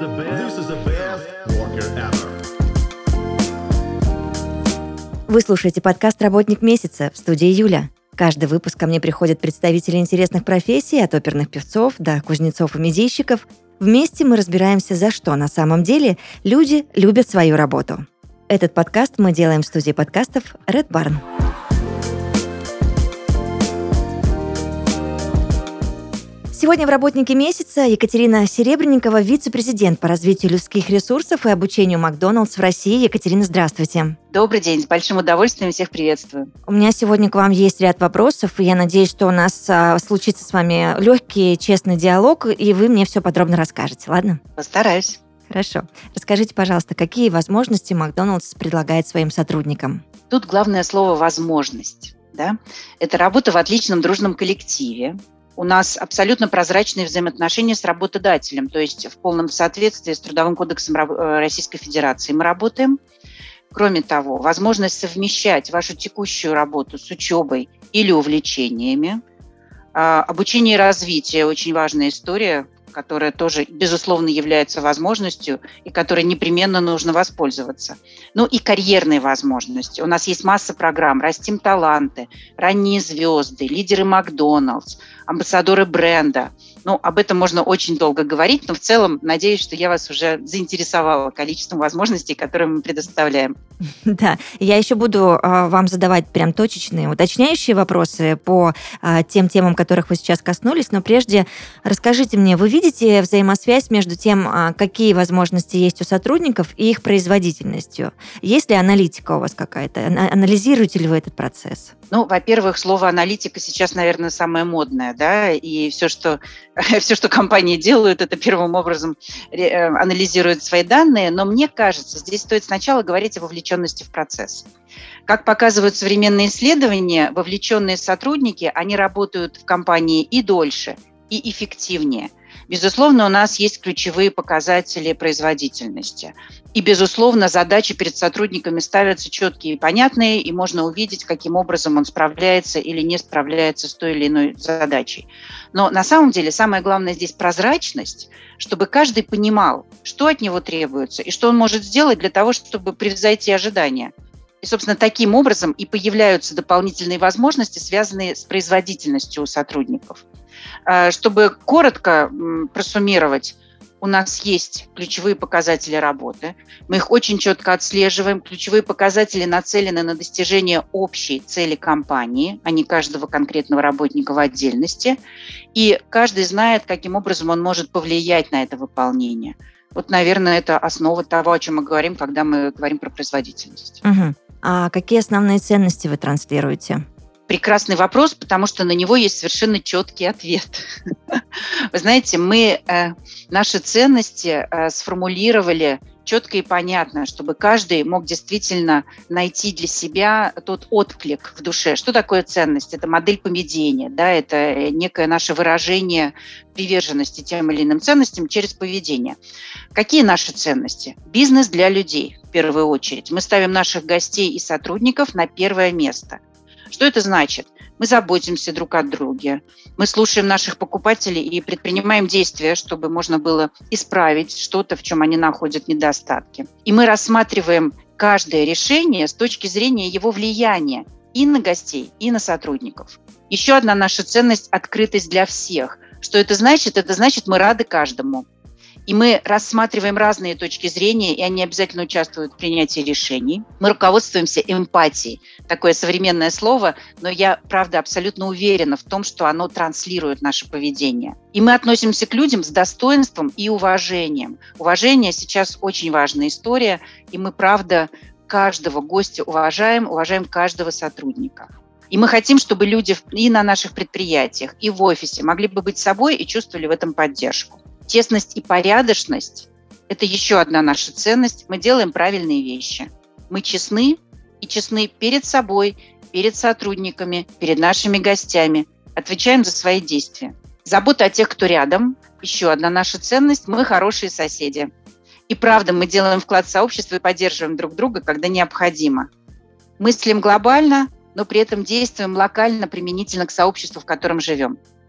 worker ever. Вы слушаете подкаст «Работник месяца» в студии Юля. Каждый выпуск ко мне приходят представители интересных профессий, от оперных певцов до кузнецов и медийщиков. Вместе мы разбираемся, за что на самом деле люди любят свою работу. Этот подкаст мы делаем в студии подкастов Red Barn. Сегодня в «Работнике месяца» Екатерина Серебренникова, вице-президент по развитию людских ресурсов и обучению Макдоналдс в России. Екатерина, здравствуйте. Добрый день, с большим удовольствием всех приветствую. У меня сегодня к вам есть ряд вопросов, и я надеюсь, что у нас случится с вами легкий, честный диалог, и вы мне все подробно расскажете, ладно? Постараюсь. Хорошо. Расскажите, пожалуйста, какие возможности Макдоналдс предлагает своим сотрудникам? Тут главное слово «возможность». Да? Это работа в отличном дружном коллективе. У нас абсолютно прозрачные взаимоотношения с работодателем, то есть в полном соответствии с Трудовым кодексом Российской Федерации мы работаем. Кроме того, возможность совмещать вашу текущую работу с учебой или увлечениями. Обучение и развитие – очень важная история, которая тоже, безусловно, является возможностью и которой непременно нужно воспользоваться. Ну и карьерные возможности. У нас есть масса программ «Растим таланты», «Ранние звезды», «Лидеры Макдоналдс», амбассадоры бренда. Ну, об этом можно очень долго говорить, но в целом надеюсь, что я вас уже заинтересовала количеством возможностей, которые мы предоставляем. Да, я еще буду вам задавать прям точечные, уточняющие вопросы по тем темам, которых вы сейчас коснулись, но прежде расскажите мне, вы видите взаимосвязь между тем, какие возможности есть у сотрудников и их производительностью? Есть ли аналитика у вас какая-то? Анализируете ли вы этот процесс? Ну, во-первых, слово «аналитика» сейчас, наверное, самое модное, да, и все, что компании делают, это первым образом анализируют свои данные, но мне кажется, здесь стоит сначала говорить о вовлеченности в процесс. Как показывают современные исследования, вовлеченные сотрудники, они работают в компании и дольше, и эффективнее. Безусловно, у нас есть ключевые показатели производительности. И, безусловно, задачи перед сотрудниками ставятся четкие и понятные, и можно увидеть, каким образом он справляется или не справляется с той или иной задачей. Но на самом деле самое главное здесь прозрачность, чтобы каждый понимал, что от него требуется и что он может сделать для того, чтобы превзойти ожидания. И, собственно, таким образом и появляются дополнительные возможности, связанные с производительностью у сотрудников. Чтобы коротко просуммировать, у нас есть ключевые показатели работы. Мы их очень четко отслеживаем. Ключевые показатели нацелены на достижение общей цели компании, а не каждого конкретного работника в отдельности. И каждый знает, каким образом он может повлиять на это выполнение. Вот, наверное, это основа того, о чем мы говорим, когда мы говорим про производительность. Угу. А какие основные ценности вы транслируете? Прекрасный вопрос, потому что на него есть совершенно четкий ответ. Вы знаете, мы наши ценности сформулировали четко и понятно, чтобы каждый мог действительно найти для себя тот отклик в душе. Что такое ценность? Это модель поведения, да, это некое наше выражение приверженности тем или иным ценностям через поведение. Какие наши ценности? Бизнес для людей, в первую очередь. Мы ставим наших гостей и сотрудников на первое место. Что это значит? Мы заботимся друг о друге, мы слушаем наших покупателей и предпринимаем действия, чтобы можно было исправить что-то, в чем они находят недостатки. И мы рассматриваем каждое решение с точки зрения его влияния и на гостей, и на сотрудников. Еще одна наша ценность – открытость для всех. Что это значит? Это значит, мы рады каждому. И мы рассматриваем разные точки зрения, и они обязательно участвуют в принятии решений. Мы руководствуемся эмпатией. Такое современное слово, но я, правда, абсолютно уверена в том, что оно транслирует наше поведение. И мы относимся к людям с достоинством и уважением. Уважение сейчас очень важная история, и мы, правда, каждого гостя уважаем каждого сотрудника. И мы хотим, чтобы люди и на наших предприятиях, и в офисе могли бы быть собой и чувствовали в этом поддержку. Честность и порядочность – это еще одна наша ценность. Мы делаем правильные вещи. Мы честны и честны перед собой, перед сотрудниками, перед нашими гостями. Отвечаем за свои действия. Забота о тех, кто рядом – еще одна наша ценность. Мы хорошие соседи. И правда, мы делаем вклад в сообщество и поддерживаем друг друга, когда необходимо. Мыслим глобально, но при этом действуем локально, применительно к сообществу, в котором живем.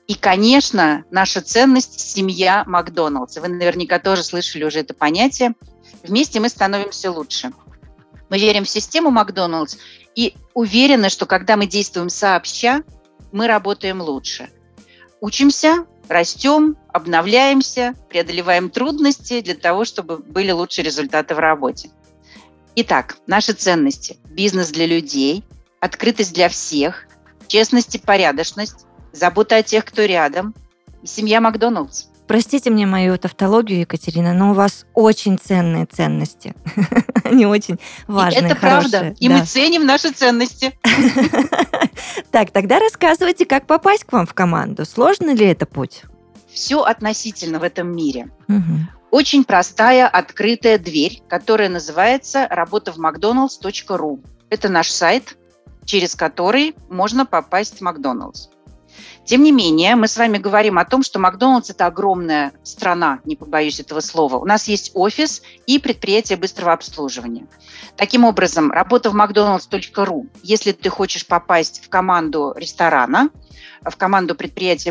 И, конечно, наша ценность – семья Макдоналдс. Вы наверняка тоже слышали уже это понятие. Вместе мы становимся лучше. Мы верим в систему Макдоналдс и уверены, что когда мы действуем сообща, мы работаем лучше. Учимся, растем, обновляемся, преодолеваем трудности для того, чтобы были лучшие результаты в работе. Итак, наши ценности – бизнес для людей, открытость для всех, честность и порядочность, забота о тех, кто рядом, и семья Макдоналдс. Простите мне мою тавтологию, Екатерина, но у вас очень ценные ценности. Они очень важные, это хорошие. Правда. И мы ценим наши ценности. Так, тогда рассказывайте, как попасть к вам в команду. Сложно ли это путь? Все относительно в этом мире. Очень простая, открытая дверь, которая называется работавмакдоналдс.ру. Это наш сайт, через который можно попасть в Макдоналдс. Тем не менее, мы с вами говорим о том, что Макдоналдс – это огромная страна, не побоюсь этого слова. У нас есть офис и предприятие быстрого обслуживания. Таким образом, работа в mcdonalds.ru, если ты хочешь попасть в команду ресторана, в команду предприятия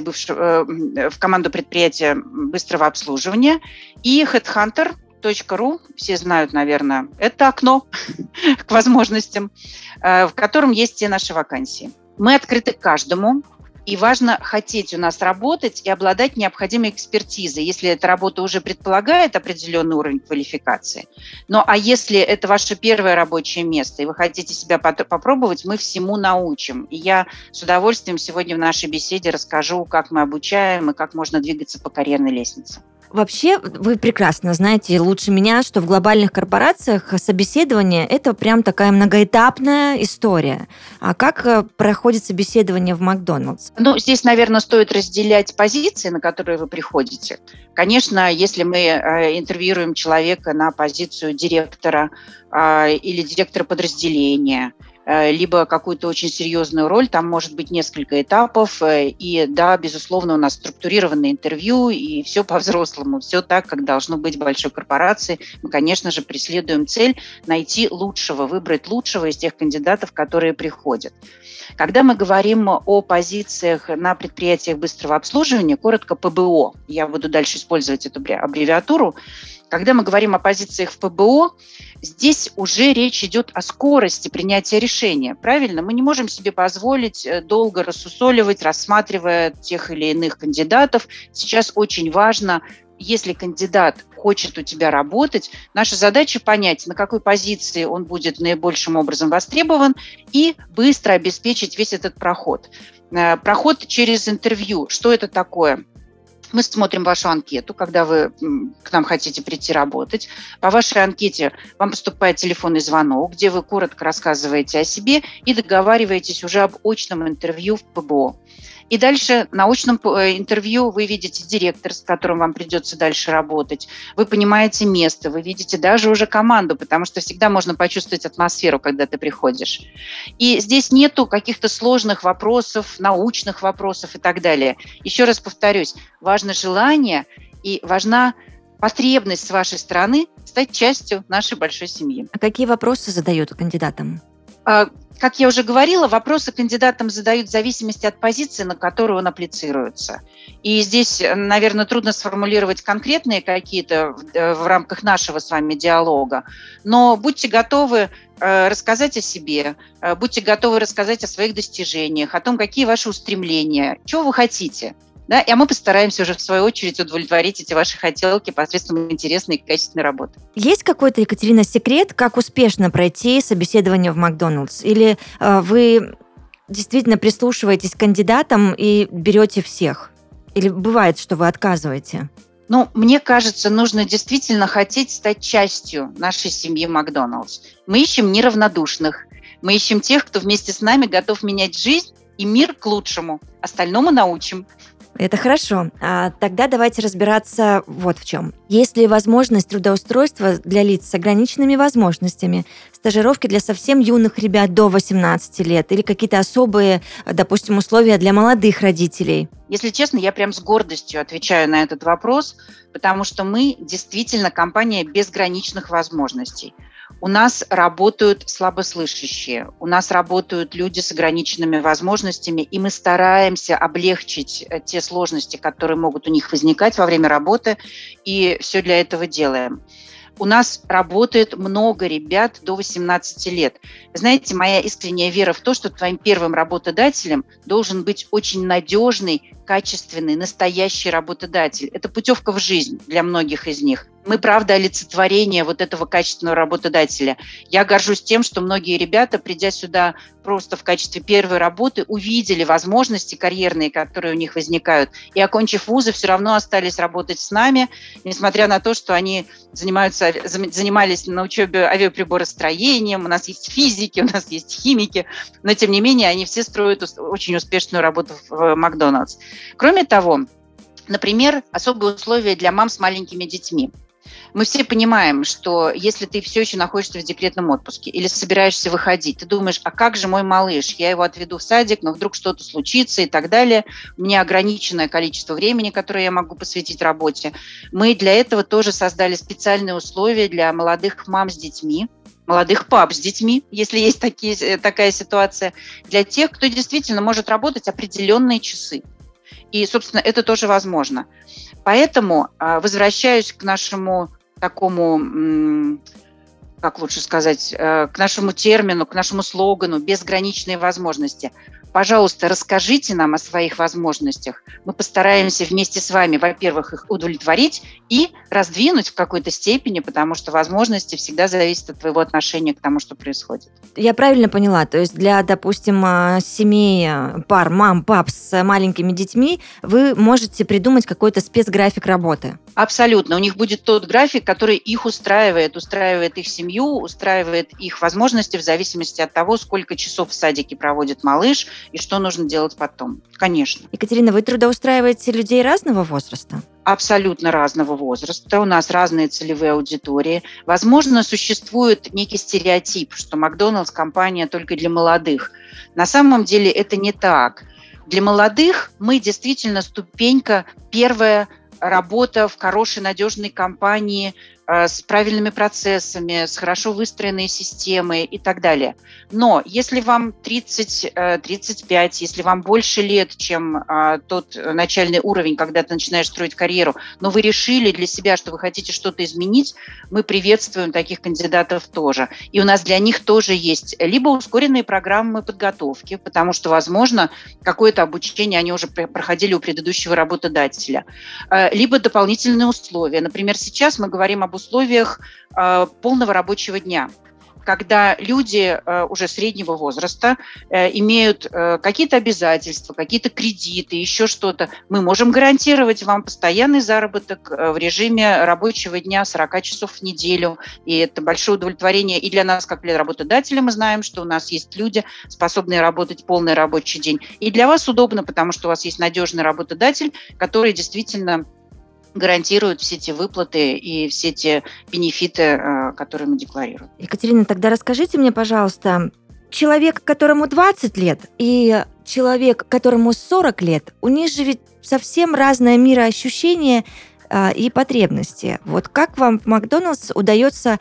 быстрого обслуживания, и headhunter.ru, все знают, наверное, это окно к возможностям, в котором есть все наши вакансии. Мы открыты каждому. И важно хотеть у нас работать и обладать необходимой экспертизой, если эта работа уже предполагает определенный уровень квалификации. Ну а если это ваше первое рабочее место, и вы хотите себя попробовать, мы всему научим. И я с удовольствием сегодня в нашей беседе расскажу, как мы обучаем и как можно двигаться по карьерной лестнице. Вообще, вы прекрасно знаете лучше меня, что в глобальных корпорациях собеседование – это прям такая многоэтапная история. А как проходит собеседование в Макдоналдс? Ну, здесь, наверное, стоит разделять позиции, на которые вы приходите. Конечно, если мы интервьюируем человека на позицию директора или директора подразделения, либо какую-то очень серьезную роль, там может быть несколько этапов, и да, безусловно, у нас структурированное интервью, и все по-взрослому, все так, как должно быть в большой корпорации. Мы, конечно же, преследуем цель найти лучшего, выбрать лучшего из тех кандидатов, которые приходят. Когда мы говорим о позициях на предприятиях быстрого обслуживания, коротко ПБО, я буду дальше использовать эту аббревиатуру, когда мы говорим о позициях в ПБО, здесь уже речь идет о скорости принятия решения. Правильно? Мы не можем себе позволить долго рассусоливать, рассматривая тех или иных кандидатов. Сейчас очень важно, если кандидат хочет у тебя работать, наша задача понять, на какой позиции он будет наибольшим образом востребован, и быстро обеспечить весь этот проход. Проход через интервью. Что это такое? Мы смотрим вашу анкету, когда вы к нам хотите прийти работать. По вашей анкете вам поступает телефонный звонок, где вы коротко рассказываете о себе и договариваетесь уже об очном интервью в ПБО. И дальше на очном интервью вы видите директора, с которым вам придется дальше работать. Вы понимаете место, вы видите даже уже команду, потому что всегда можно почувствовать атмосферу, когда ты приходишь. И здесь нету каких-то сложных вопросов, научных вопросов и так далее. Еще раз повторюсь, важно желание и важна потребность с вашей стороны стать частью нашей большой семьи. А какие вопросы задают кандидатам? Как я уже говорила, вопросы кандидатам задают в зависимости от позиции, на которую он апплицируется. И здесь, наверное, трудно сформулировать конкретные какие-то в рамках нашего с вами диалога, но будьте готовы рассказать о себе, будьте готовы рассказать о своих достижениях, о том, какие ваши устремления, чего вы хотите. Да? И мы постараемся уже, в свою очередь, удовлетворить эти ваши хотелки посредством интересной и качественной работы. Есть какой-то, Екатерина, секрет, как успешно пройти собеседование в Макдоналдс? Или вы действительно прислушиваетесь к кандидатам и берете всех? Или бывает, что вы отказываете? Ну, мне кажется, нужно действительно хотеть стать частью нашей семьи Макдоналдс. Мы ищем неравнодушных, мы ищем тех, кто вместе с нами готов менять жизнь и мир к лучшему. Остальному научим. Это хорошо. А тогда давайте разбираться вот в чем. Есть ли возможность трудоустройства для лиц с ограниченными возможностями, стажировки для совсем юных ребят до 18 лет или какие-то особые, допустим, условия для молодых родителей? Если честно, я прям с гордостью отвечаю на этот вопрос, потому что мы действительно компания безграничных возможностей. У нас работают слабослышащие, у нас работают люди с ограниченными возможностями, и мы стараемся облегчить те сложности, которые могут у них возникать во время работы, и все для этого делаем. У нас работает много ребят до 18 лет. Знаете, моя искренняя вера в то, что твоим первым работодателем должен быть очень надежный, качественный, настоящий работодатель. Это путевка в жизнь для многих из них. Мы, правда, олицетворение вот этого качественного работодателя. Я горжусь тем, что многие ребята, придя сюда просто в качестве первой работы, увидели возможности карьерные, которые у них возникают, и, окончив вузы, все равно остались работать с нами, несмотря на то, что они занимались на учебе авиаприборостроением, у нас есть физики, у нас есть химики, но, тем не менее, они все строят очень успешную работу в Макдональдс. Кроме того, например, особые условия для мам с маленькими детьми. Мы все понимаем, что если ты все еще находишься в декретном отпуске или собираешься выходить, ты думаешь, а как же мой малыш? Я его отведу в садик, но вдруг что-то случится и так далее. У меня ограниченное количество времени, которое я могу посвятить работе. Мы для этого тоже создали специальные условия для молодых мам с детьми, молодых пап с детьми, если есть такая ситуация, для тех, кто действительно может работать определенные часы. И, собственно, это тоже возможно. Поэтому возвращаюсь к нашему такому, как лучше сказать, к нашему термину, к нашему слогану «безграничные возможности». Пожалуйста, расскажите нам о своих возможностях. Мы постараемся вместе с вами, во-первых, их удовлетворить и раздвинуть в какой-то степени, потому что возможности всегда зависят от твоего отношения к тому, что происходит. Я правильно поняла? То есть для, допустим, семей, пар, мам, пап с маленькими детьми вы можете придумать какой-то спецграфик работы? Абсолютно. У них будет тот график, который их устраивает их семью, устраивает их возможности в зависимости от того, сколько часов в садике проводит малыш и что нужно делать потом. Конечно. Екатерина, вы трудоустраиваете людей разного возраста? Абсолютно разного возраста. У нас разные целевые аудитории. Возможно, существует некий стереотип, что Макдональдс – компания только для молодых. На самом деле это не так. Для молодых мы действительно ступенька первая, работа в хорошей, надежной компании с правильными процессами, с хорошо выстроенной системой и так далее. Но если вам 30-35, если вам больше лет, чем тот начальный уровень, когда ты начинаешь строить карьеру, но вы решили для себя, что вы хотите что-то изменить, мы приветствуем таких кандидатов тоже. И у нас для них тоже есть либо ускоренные программы подготовки, потому что, возможно, какое-то обучение они уже проходили у предыдущего работодателя, либо дополнительные условия. Например, сейчас мы говорим об условиях полного рабочего дня, когда люди уже среднего возраста имеют какие-то обязательства, какие-то кредиты, еще что-то. Мы можем гарантировать вам постоянный заработок в режиме рабочего дня 40 часов в неделю. И это большое удовлетворение и для нас, как для работодателя. Мы знаем, что у нас есть люди, способные работать полный рабочий день. И для вас удобно, потому что у вас есть надежный работодатель, который действительно гарантируют все те выплаты и все те бенефиты, которые мы декларируем. Екатерина, тогда расскажите мне, пожалуйста, человек, которому 20 лет, и человек, которому 40 лет, у них же ведь совсем разное мироощущение и потребности. Вот как вам в Макдональдс удается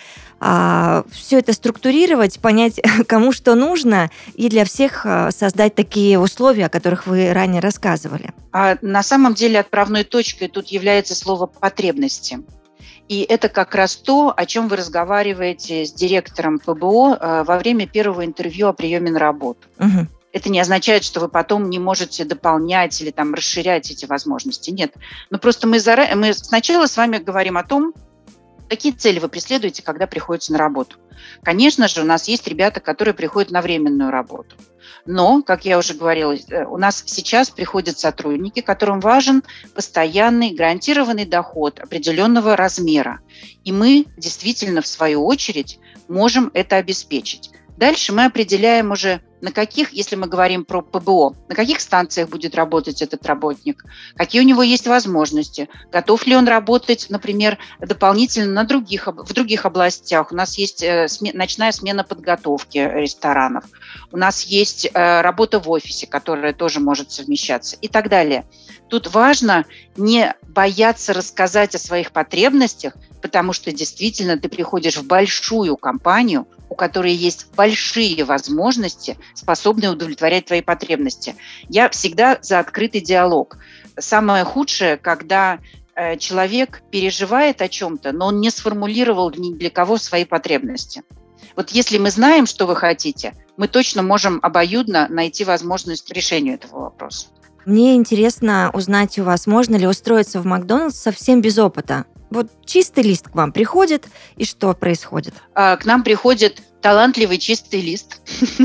все это структурировать, понять, кому что нужно, и для всех создать такие условия, о которых вы ранее рассказывали? На самом деле отправной точкой тут является слово «потребности». И это как раз то, о чем вы разговариваете с директором ПБО во время первого интервью о приеме на работу. Угу. Это не означает, что вы потом не можете дополнять или там расширять эти возможности. Нет. Но просто мы сначала с вами говорим о том, какие цели вы преследуете, когда приходите на работу. Конечно же, у нас есть ребята, которые приходят на временную работу. Но, как я уже говорила, у нас сейчас приходят сотрудники, которым важен постоянный гарантированный доход определенного размера. И мы действительно, в свою очередь, можем это обеспечить. Дальше мы определяем уже, на каких, если мы говорим про ПБО, на каких станциях будет работать этот работник, какие у него есть возможности, готов ли он работать, например, дополнительно в других областях. У нас есть ночная смена подготовки ресторанов, у нас есть работа в офисе, которая тоже может совмещаться и так далее. Тут важно не бояться рассказать о своих потребностях, потому что действительно ты приходишь в большую компанию, у которой есть большие возможности, способные удовлетворять твои потребности. Я всегда за открытый диалог. Самое худшее, когда человек переживает о чем-то, но он не сформулировал ни для кого свои потребности. Вот если мы знаем, что вы хотите, мы точно можем обоюдно найти возможность к решению этого вопроса. Мне интересно узнать у вас, можно ли устроиться в Макдональдс совсем без опыта? Вот чистый лист к вам приходит, и что происходит? К нам приходит талантливый чистый лист,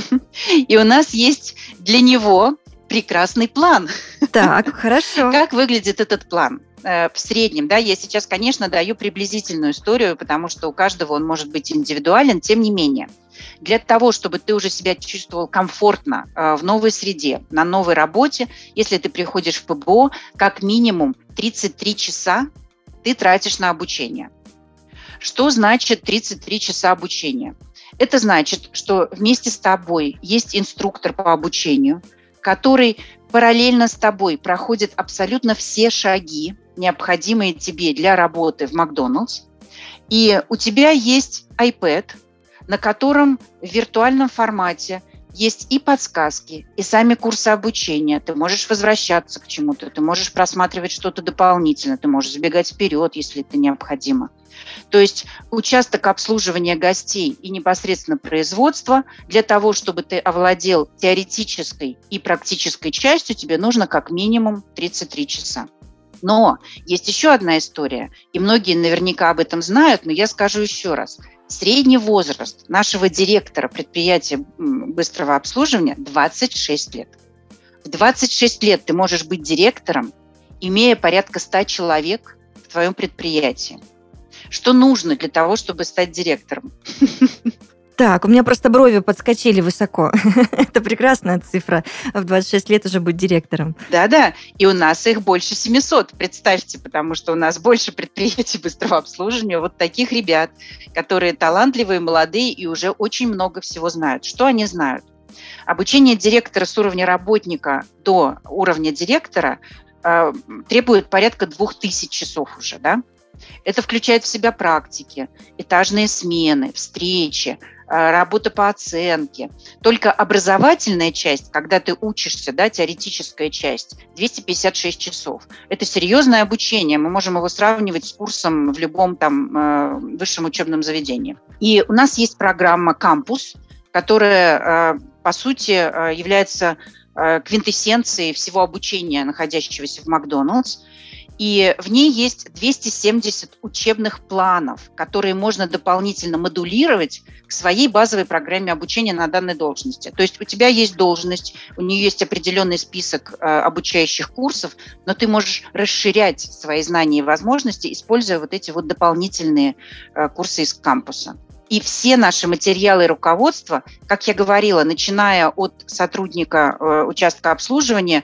и у нас есть для него прекрасный план. Так, хорошо. Как выглядит этот план? В среднем, да, я сейчас, конечно, даю приблизительную историю, потому что у каждого он может быть индивидуален, тем не менее. Для того, чтобы ты уже себя чувствовал комфортно в новой среде, на новой работе, если ты приходишь в ПБО, как минимум 33 часа ты тратишь на обучение. Что значит 33 часа обучения? Это значит, что вместе с тобой есть инструктор по обучению, который параллельно с тобой проходит абсолютно все шаги, необходимые тебе для работы в Макдональдс. И у тебя есть iPad, на котором в виртуальном формате есть и подсказки, и сами курсы обучения. Ты можешь возвращаться к чему-то, ты можешь просматривать что-то дополнительно, ты можешь забегать вперед, если это необходимо. То есть участок обслуживания гостей и непосредственно производства, для того, чтобы ты овладел теоретической и практической частью, тебе нужно как минимум 33 часа. Но есть еще одна история, и многие наверняка об этом знают, но я скажу еще раз. Средний возраст нашего директора предприятия быстрого обслуживания 26 лет. В 26 лет ты можешь быть директором, имея порядка 100 человек в твоем предприятии. Что нужно для того, чтобы стать директором? Так, у меня просто брови подскочили высоко. Это прекрасная цифра. В 26 лет уже быть директором. Да-да, и у нас их больше 700, представьте, потому что у нас больше предприятий быстрого обслуживания вот таких ребят, которые талантливые, молодые и уже очень много всего знают. Что они знают? Обучение директора с уровня работника до уровня директора требует порядка 2000 часов уже, да? Это включает в себя практики, этажные смены, встречи, работа по оценке. Только образовательная часть, когда ты учишься, да, теоретическая часть, 256 часов. Это серьезное обучение. Мы можем его сравнивать с курсом в любом там высшем учебном заведении. И у нас есть программа «Кампус», которая, по сути, является квинтэссенцией всего обучения, находящегося в Макдональдс. И в ней есть 270 учебных планов, которые можно дополнительно модулировать к своей базовой программе обучения на данной должности. То есть у тебя есть должность, у нее есть определенный список обучающих курсов, но ты можешь расширять свои знания и возможности, используя вот эти вот дополнительные курсы из кампуса. И все наши материалы руководства, как я говорила, начиная от сотрудника участка обслуживания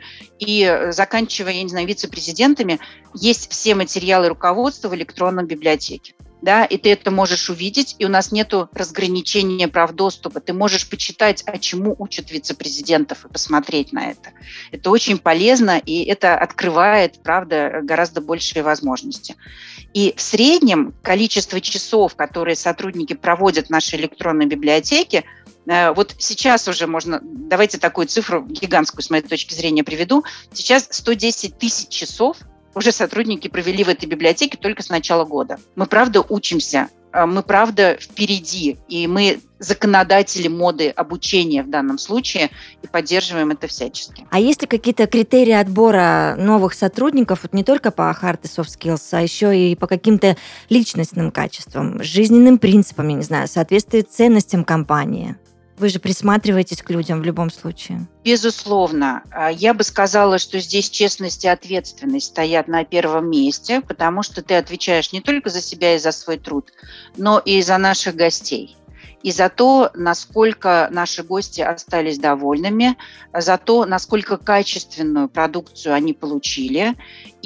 и заканчивая, я не знаю, вице-президентами, есть все материалы руководства в электронной библиотеке. Да, и ты это можешь увидеть, и у нас нет разграничения прав доступа. Ты можешь почитать, а чему учат вице-президентов, и посмотреть на это. Это очень полезно, и это открывает, правда, гораздо большие возможности. И в среднем количество часов, которые сотрудники проводят в нашей электронной библиотеке, вот сейчас уже можно, давайте такую цифру гигантскую с моей точки зрения приведу, сейчас 110 тысяч часов уже сотрудники провели в этой библиотеке только с начала года. Мы, правда, учимся, мы, правда, впереди, и мы законодатели моды обучения в данном случае и поддерживаем это всячески. А есть ли какие-то критерии отбора новых сотрудников, вот не только по hard и soft skills, а еще и по каким-то личностным качествам, жизненным принципам, я не знаю, соответствует ценностям компании? Вы же присматриваетесь к людям в любом случае. Безусловно. Я бы сказала, что здесь честность и ответственность стоят на первом месте, потому что ты отвечаешь не только за себя и за свой труд, но и за наших гостей. И за то, насколько наши гости остались довольными, за то, насколько качественную продукцию они получили.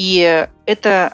И это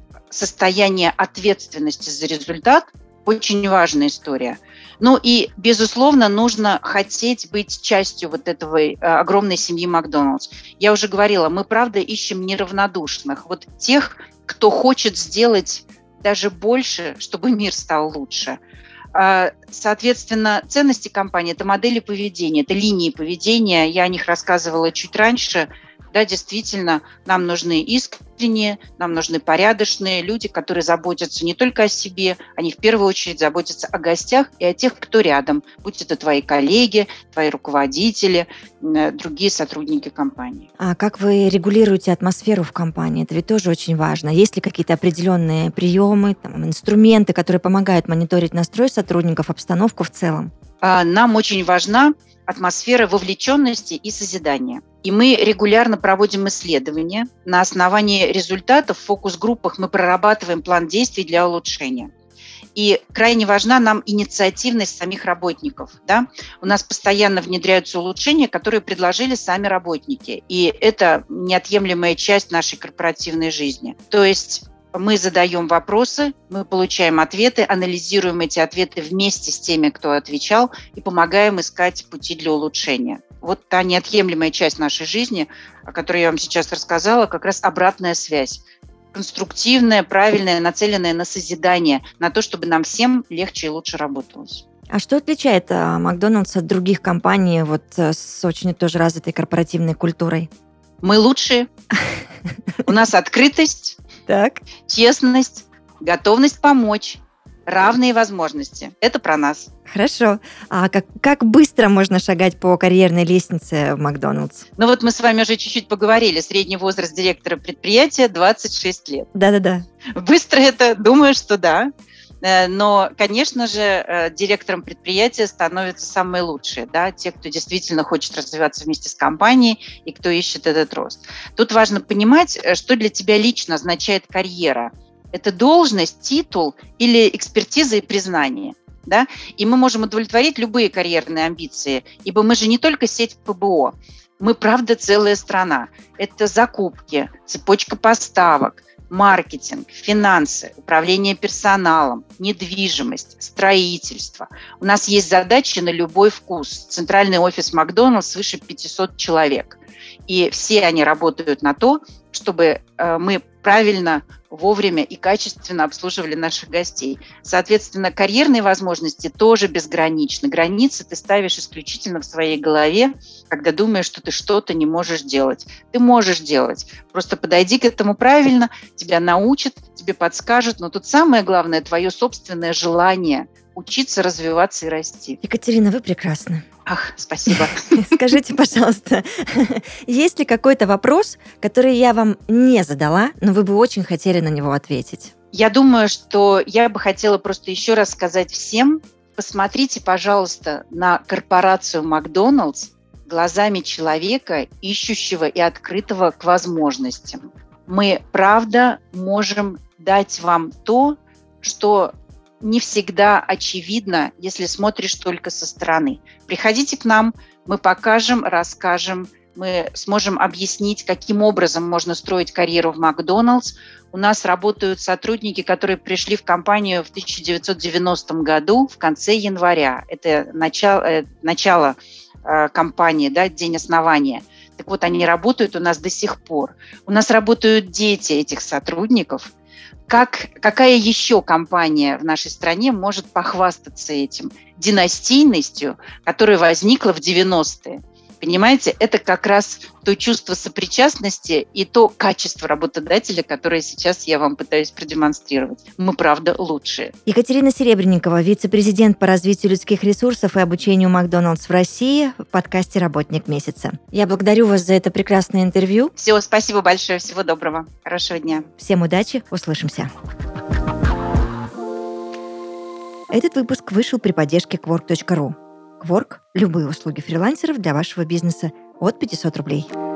состояние ответственности за результат очень важная история. Ну и, безусловно, нужно хотеть быть частью вот этой огромной семьи Макдональдс. Я уже говорила, мы, правда, ищем неравнодушных. Вот тех, кто хочет сделать даже больше, чтобы мир стал лучше. Соответственно, ценности компании – это модели поведения, это линии поведения. Я о них рассказывала чуть раньше. Да, действительно, нам нужны искренние, нам нужны порядочные люди, которые заботятся не только о себе, они в первую очередь заботятся о гостях и о тех, кто рядом, будь это твои коллеги, твои руководители, другие сотрудники компании. А как вы регулируете атмосферу в компании? Это ведь тоже очень важно. Есть ли какие-то определенные приемы, инструменты, которые помогают мониторить настрой сотрудников, обстановку в целом? Нам очень важна атмосфера вовлеченности и созидания. И мы регулярно проводим исследования. На основании результатов в фокус-группах мы прорабатываем план действий для улучшения. И крайне важна нам инициативность самих работников. Да? У нас постоянно внедряются улучшения, которые предложили сами работники. И это неотъемлемая часть нашей корпоративной жизни. То есть мы задаем вопросы, мы получаем ответы, анализируем эти ответы вместе с теми, кто отвечал, и помогаем искать пути для улучшения. Вот та неотъемлемая часть нашей жизни, о которой я вам сейчас рассказала, как раз обратная связь. Конструктивная, правильная, нацеленная на созидание, на то, чтобы нам всем легче и лучше работалось. А что отличает Макдональдс от других компаний с очень тоже развитой корпоративной культурой? Мы лучшие. У нас открытость, честность, готовность помочь, равные возможности. Это про нас. Хорошо. А как быстро можно шагать по карьерной лестнице в Макдональдс? Ну вот мы с вами уже чуть-чуть поговорили. Средний возраст директора предприятия 26 лет. Да-да-да. Быстро это? Думаю, что да. Но, конечно же, директором предприятия становятся самые лучшие, да, те, кто действительно хочет развиваться вместе с компанией и кто ищет этот рост. Тут важно понимать, что для тебя лично означает карьера. Это должность, титул или экспертиза и признание. Да? И мы можем удовлетворить любые карьерные амбиции, ибо мы же не только сеть ПБО, мы, правда, целая страна. Это закупки, цепочка поставок, маркетинг, финансы, управление персоналом, недвижимость, строительство. У нас есть задачи на любой вкус. Центральный офис Макдональдс свыше 500 человек. И все они работают на то, чтобы мы правильно, вовремя и качественно обслуживали наших гостей. Соответственно, карьерные возможности тоже безграничны. Границы ты ставишь исключительно в своей голове, когда думаешь, что ты что-то не можешь делать. Ты можешь делать. Просто подойди к этому правильно, тебя научат, тебе подскажут. Но тут самое главное – твое собственное желание учиться, развиваться и расти. Екатерина, вы прекрасны. Ах, спасибо. Скажите, пожалуйста, есть ли какой-то вопрос, который я вам не задала, но вы бы очень хотели на него ответить? Я думаю, что я бы хотела просто еще раз сказать всем, посмотрите, пожалуйста, на корпорацию Макдональдс глазами человека, ищущего и открытого к возможностям. Мы, правда, можем дать вам то, что не всегда очевидно, если смотришь только со стороны. Приходите к нам, мы покажем, расскажем, мы сможем объяснить, каким образом можно строить карьеру в Макдональдс. У нас работают сотрудники, которые пришли в компанию в 1990 году, в конце января. Это начало компании, да, день основания. Так вот, они работают у нас до сих пор. У нас работают дети этих сотрудников. Какая еще компания в нашей стране может похвастаться этим? Династийностью, которая возникла в 90-е. Понимаете, это как раз то чувство сопричастности и то качество работодателя, которое сейчас я вам пытаюсь продемонстрировать. Мы, правда, лучшие. Екатерина Серебренникова, вице-президент по развитию людских ресурсов и обучению Макдональдс в России, в подкасте «Работник месяца». Я благодарю вас за это прекрасное интервью. Все, спасибо большое, всего доброго, хорошего дня. Всем удачи, услышимся. Этот выпуск вышел при поддержке Quark.ru. Quark – любые услуги фрилансеров для вашего бизнеса от 500 рублей.